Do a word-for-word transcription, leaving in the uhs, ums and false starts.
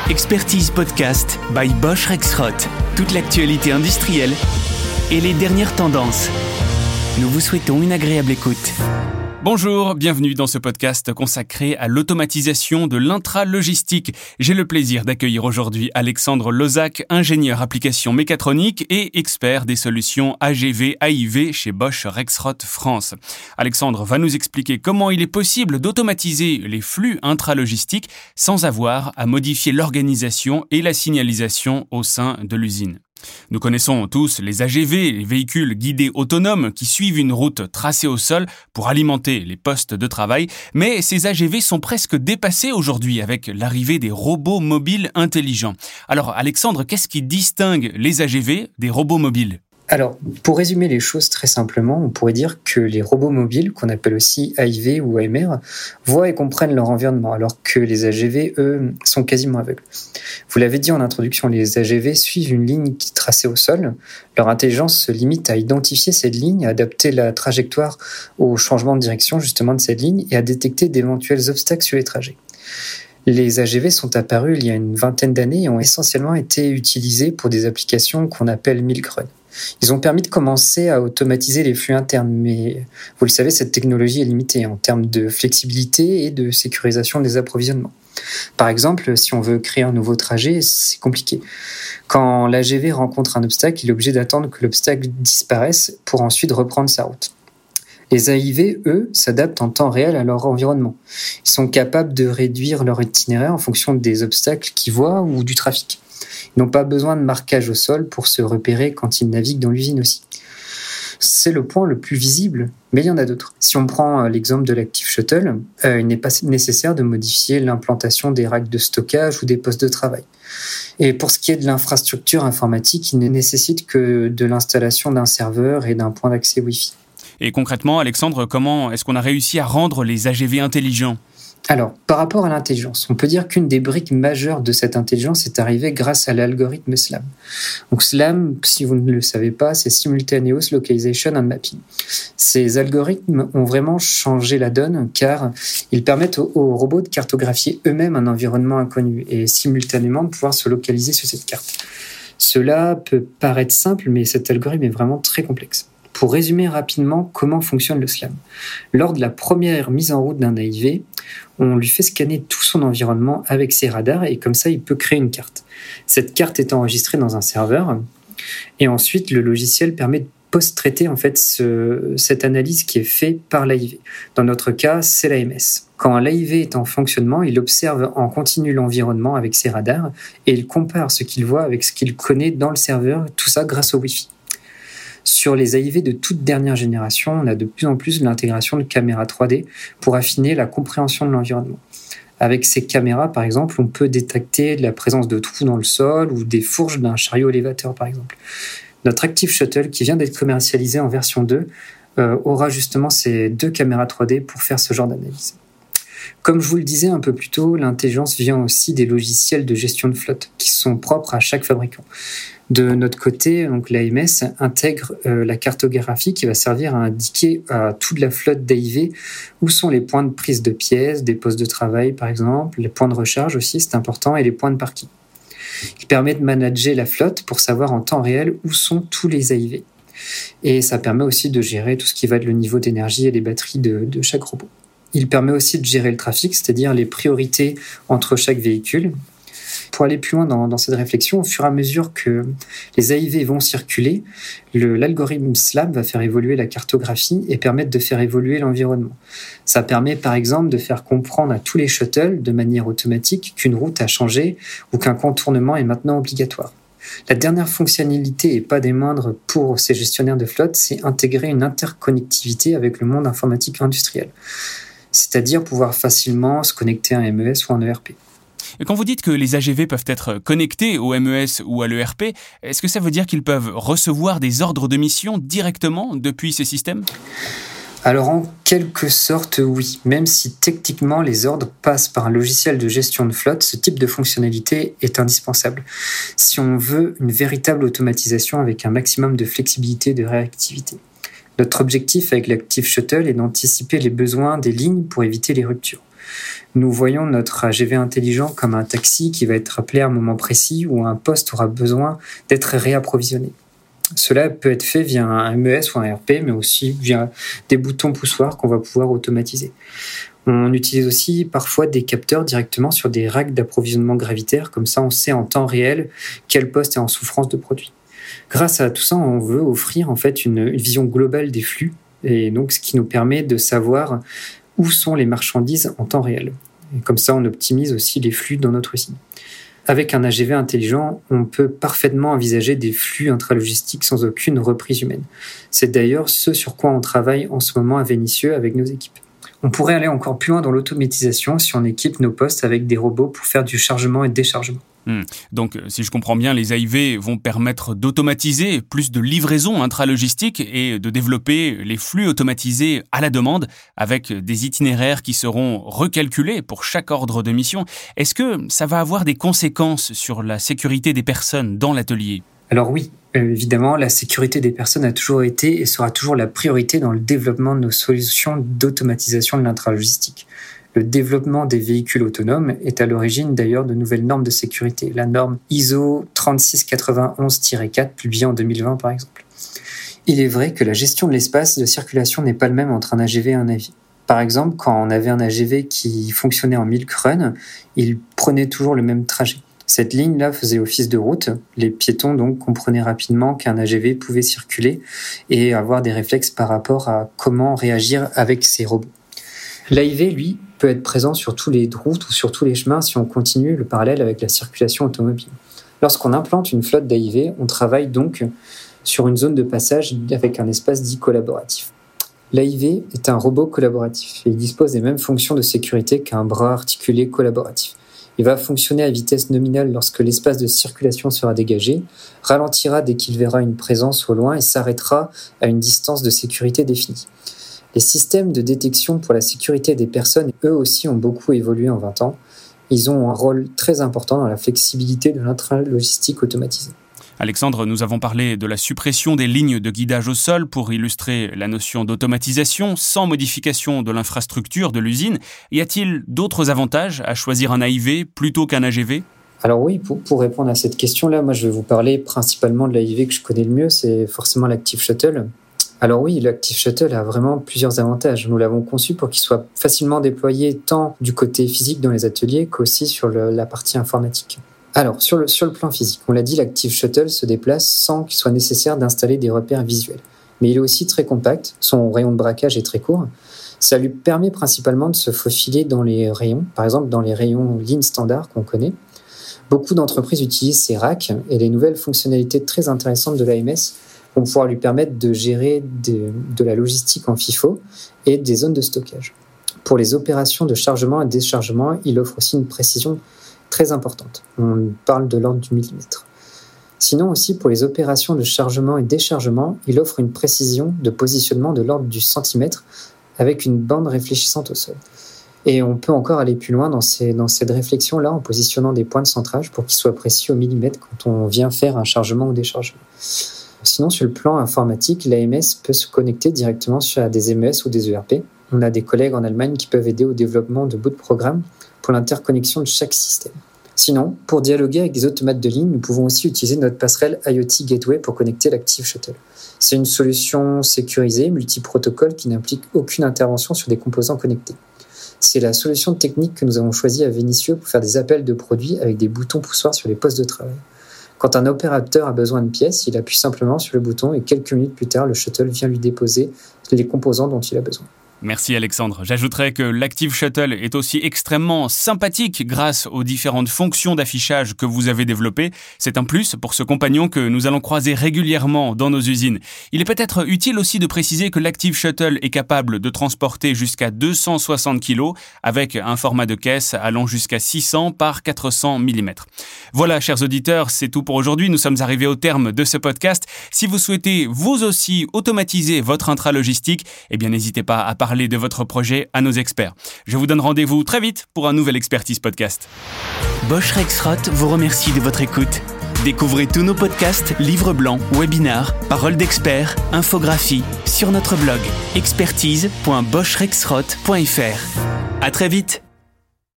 Expertise Podcast by Bosch Rexroth. Toute l'actualité industrielle et les dernières tendances. Nous vous souhaitons une agréable écoute. Bonjour, bienvenue dans ce podcast consacré à l'automatisation de l'intralogistique. J'ai le plaisir d'accueillir aujourd'hui Alexandre Lozac, ingénieur application mécatronique et expert des solutions A G V A I V chez Bosch Rexroth France. Alexandre va nous expliquer comment il est possible d'automatiser les flux intralogistiques sans avoir à modifier l'organisation et la signalisation au sein de l'usine. Nous connaissons tous les A G V, les véhicules guidés autonomes qui suivent une route tracée au sol pour alimenter les postes de travail, mais ces A G V sont presque dépassés aujourd'hui avec l'arrivée des robots mobiles intelligents. Alors Alexandre, qu'est-ce qui distingue les A G V des robots mobiles ? Alors, pour résumer les choses très simplement, on pourrait dire que les robots mobiles, qu'on appelle aussi A I V ou A M R, voient et comprennent leur environnement, alors que les A G V, eux, sont quasiment aveugles. Vous l'avez dit en introduction, les A G V suivent une ligne qui est tracée au sol. Leur intelligence se limite à identifier cette ligne, à adapter la trajectoire au changement de direction justement de cette ligne et à détecter d'éventuels obstacles sur les trajets. Les A G V sont apparus il y a une vingtaine d'années et ont essentiellement été utilisés pour des applications qu'on appelle milk run. Ils ont permis de commencer à automatiser les flux internes, mais vous le savez, cette technologie est limitée en termes de flexibilité et de sécurisation des approvisionnements. Par exemple, si on veut créer un nouveau trajet, c'est compliqué. Quand l'A G V rencontre un obstacle, il est obligé d'attendre que l'obstacle disparaisse pour ensuite reprendre sa route. Les A I V, eux, s'adaptent en temps réel à leur environnement. Ils sont capables de réduire leur itinéraire en fonction des obstacles qu'ils voient ou du trafic. Ils n'ont pas besoin de marquage au sol pour se repérer quand ils naviguent dans l'usine aussi. C'est le point le plus visible, mais il y en a d'autres. Si on prend l'exemple de l'Active Shuttle, euh, il n'est pas nécessaire de modifier l'implantation des racks de stockage ou des postes de travail. Et pour ce qui est de l'infrastructure informatique, il ne nécessite que de l'installation d'un serveur et d'un point d'accès Wi-Fi. Et concrètement, Alexandre, comment est-ce qu'on a réussi à rendre les A G V intelligents ? Alors, par rapport à l'intelligence, on peut dire qu'une des briques majeures de cette intelligence est arrivée grâce à l'algorithme SLAM. Donc SLAM, si vous ne le savez pas, c'est Simultaneous Localization and Mapping. Ces algorithmes ont vraiment changé la donne car ils permettent aux, aux robots de cartographier eux-mêmes un environnement inconnu et simultanément de pouvoir se localiser sur cette carte. Cela peut paraître simple, mais cet algorithme est vraiment très complexe. Pour résumer rapidement comment fonctionne le SLAM. Lors de la première mise en route d'un A I V, on lui fait scanner tout son environnement avec ses radars et comme ça, il peut créer une carte. Cette carte est enregistrée dans un serveur et ensuite, le logiciel permet de post-traiter en fait ce, cette analyse qui est faite par l'A I V. Dans notre cas, c'est l'A M S. Quand l'A I V est en fonctionnement, il observe en continu l'environnement avec ses radars et il compare ce qu'il voit avec ce qu'il connaît dans le serveur, tout ça grâce au Wi-Fi. Sur les A I V de toute dernière génération, on a de plus en plus l'intégration de caméras trois D pour affiner la compréhension de l'environnement. Avec ces caméras, par exemple, on peut détecter la présence de trous dans le sol ou des fourches d'un chariot élévateur, par exemple. Notre Active Shuttle, qui vient d'être commercialisé en version deux, euh, aura justement ces deux caméras trois D pour faire ce genre d'analyse. Comme je vous le disais un peu plus tôt, l'intelligence vient aussi des logiciels de gestion de flotte qui sont propres à chaque fabricant. De notre côté, donc l'A M S intègre euh, la cartographie qui va servir à indiquer à toute la flotte d'A I V où sont les points de prise de pièces, des postes de travail par exemple, les points de recharge aussi, c'est important, et les points de parking. Il permet de manager la flotte pour savoir en temps réel où sont tous les A I V. Et ça permet aussi de gérer tout ce qui va être le niveau d'énergie et les batteries de, de chaque robot. Il permet aussi de gérer le trafic, c'est-à-dire les priorités entre chaque véhicule. Pour aller plus loin dans, dans cette réflexion, au fur et à mesure que les A I V vont circuler, le, l'algorithme SLAM va faire évoluer la cartographie et permettre de faire évoluer l'environnement. Ça permet par exemple de faire comprendre à tous les shuttles de manière automatique qu'une route a changé ou qu'un contournement est maintenant obligatoire. La dernière fonctionnalité, et pas des moindres pour ces gestionnaires de flotte, c'est intégrer une interconnectivité avec le monde informatique industriel. C'est-à-dire pouvoir facilement se connecter à un M E S ou un E R P. Et quand vous dites que les A G V peuvent être connectés au M E S ou à l'E R P, est-ce que ça veut dire qu'ils peuvent recevoir des ordres de mission directement depuis ces systèmes ? Alors en quelque sorte oui, même si techniquement les ordres passent par un logiciel de gestion de flotte, ce type de fonctionnalité est indispensable si on veut une véritable automatisation avec un maximum de flexibilité et de réactivité. Notre objectif avec l'Active Shuttle est d'anticiper les besoins des lignes pour éviter les ruptures. Nous voyons notre A G V intelligent comme un taxi qui va être appelé à un moment précis où un poste aura besoin d'être réapprovisionné. Cela peut être fait via un M E S ou un R P, mais aussi via des boutons poussoirs qu'on va pouvoir automatiser. On utilise aussi parfois des capteurs directement sur des racks d'approvisionnement gravitaire, comme ça on sait en temps réel quel poste est en souffrance de produit. Grâce à tout ça, on veut offrir en fait une, une vision globale des flux, et donc ce qui nous permet de savoir où sont les marchandises en temps réel. Et comme ça, on optimise aussi les flux dans notre usine. Avec un A G V intelligent, on peut parfaitement envisager des flux intralogistiques sans aucune reprise humaine. C'est d'ailleurs ce sur quoi on travaille en ce moment à Vénissieux avec nos équipes. On pourrait aller encore plus loin dans l'automatisation si on équipe nos postes avec des robots pour faire du chargement et déchargement. Mmh. Donc, si je comprends bien, les A I V vont permettre d'automatiser plus de livraisons intralogistiques et de développer les flux automatisés à la demande avec des itinéraires qui seront recalculés pour chaque ordre de mission. Est-ce que ça va avoir des conséquences sur la sécurité des personnes dans l'atelier ? Alors oui, euh, évidemment, la sécurité des personnes a toujours été et sera toujours la priorité dans le développement de nos solutions d'automatisation de l'intralogistique. Le développement des véhicules autonomes est à l'origine d'ailleurs de nouvelles normes de sécurité, la norme I S O trente-six quatre-vingt-onze tiret quatre, publiée en deux mille vingt par exemple. Il est vrai que la gestion de l'espace de circulation n'est pas le même entre un A G V et un avion. Par exemple, quand on avait un A G V qui fonctionnait en milk run, il prenait toujours le même trajet. Cette ligne-là faisait office de route. Les piétons donc comprenaient rapidement qu'un A G V pouvait circuler et avoir des réflexes par rapport à comment réagir avec ces robots. L'A I V, lui, peut être présent sur tous les routes ou sur tous les chemins si on continue le parallèle avec la circulation automobile. Lorsqu'on implante une flotte d'A I V, on travaille donc sur une zone de passage avec un espace dit collaboratif. L'A I V est un robot collaboratif et il dispose des mêmes fonctions de sécurité qu'un bras articulé collaboratif. Il va fonctionner à vitesse nominale lorsque l'espace de circulation sera dégagé, ralentira dès qu'il verra une présence au loin et s'arrêtera à une distance de sécurité définie. Les systèmes de détection pour la sécurité des personnes, eux aussi, ont beaucoup évolué en vingt ans. Ils ont un rôle très important dans la flexibilité de l'intralogistique automatisée. Alexandre, nous avons parlé de la suppression des lignes de guidage au sol pour illustrer la notion d'automatisation sans modification de l'infrastructure de l'usine. Y a-t-il d'autres avantages à choisir un A I V plutôt qu'un A G V ? Alors oui, pour, pour répondre à cette question-là, moi je vais vous parler principalement de l'A I V que je connais le mieux, c'est forcément l'Active Shuttle. Alors oui, l'Active Shuttle a vraiment plusieurs avantages. Nous l'avons conçu pour qu'il soit facilement déployé tant du côté physique dans les ateliers qu'aussi sur le, la partie informatique. Alors, sur le, sur le plan physique, on l'a dit, l'Active Shuttle se déplace sans qu'il soit nécessaire d'installer des repères visuels. Mais il est aussi très compact, son rayon de braquage est très court. Ça lui permet principalement de se faufiler dans les rayons, par exemple dans les rayons lignes standard qu'on connaît. Beaucoup d'entreprises utilisent ces racks et les nouvelles fonctionnalités très intéressantes de l'A M S vont pouvoir lui permettre de gérer de, de la logistique en FIFO et des zones de stockage. Pour les opérations de chargement et déchargement, il offre aussi une précision très importante. On parle de l'ordre du millimètre. Sinon aussi, pour les opérations de chargement et déchargement, il offre une précision de positionnement de l'ordre du centimètre avec une bande réfléchissante au sol. Et on peut encore aller plus loin dans, ces, dans cette réflexion-là en positionnant des points de centrage pour qu'ils soient précis au millimètre quand on vient faire un chargement ou déchargement. Sinon, sur le plan informatique, l'A M S peut se connecter directement sur des M E S ou des E R P. On a des collègues en Allemagne qui peuvent aider au développement de bouts de programme pour l'interconnexion de chaque système. Sinon, pour dialoguer avec des automates de ligne, nous pouvons aussi utiliser notre passerelle IoT Gateway pour connecter l'Active Shuttle. C'est une solution sécurisée, multi-protocole qui n'implique aucune intervention sur des composants connectés. C'est la solution technique que nous avons choisie à Vénissieux pour faire des appels de produits avec des boutons poussoirs sur les postes de travail. Quand un opérateur a besoin de pièces, il appuie simplement sur le bouton et quelques minutes plus tard, le shuttle vient lui déposer les composants dont il a besoin. Merci Alexandre. J'ajouterais que l'Active Shuttle est aussi extrêmement sympathique grâce aux différentes fonctions d'affichage que vous avez développées. C'est un plus pour ce compagnon que nous allons croiser régulièrement dans nos usines. Il est peut-être utile aussi de préciser que l'Active Shuttle est capable de transporter jusqu'à deux cent soixante kilos avec un format de caisse allant jusqu'à six cents par quatre cents millimètres. Voilà, chers auditeurs, c'est tout pour aujourd'hui. Nous sommes arrivés au terme de ce podcast. Si vous souhaitez vous aussi automatiser votre intralogistique, eh bien n'hésitez pas à parler de votre projet à nos experts. Je vous donne rendez-vous très vite pour un nouvel Expertise Podcast. Bosch Rexroth vous remercie de votre écoute. Découvrez tous nos podcasts, livres blancs, webinars, paroles d'experts, infographies sur notre blog expertise point bosch rexroth point f r. À très vite.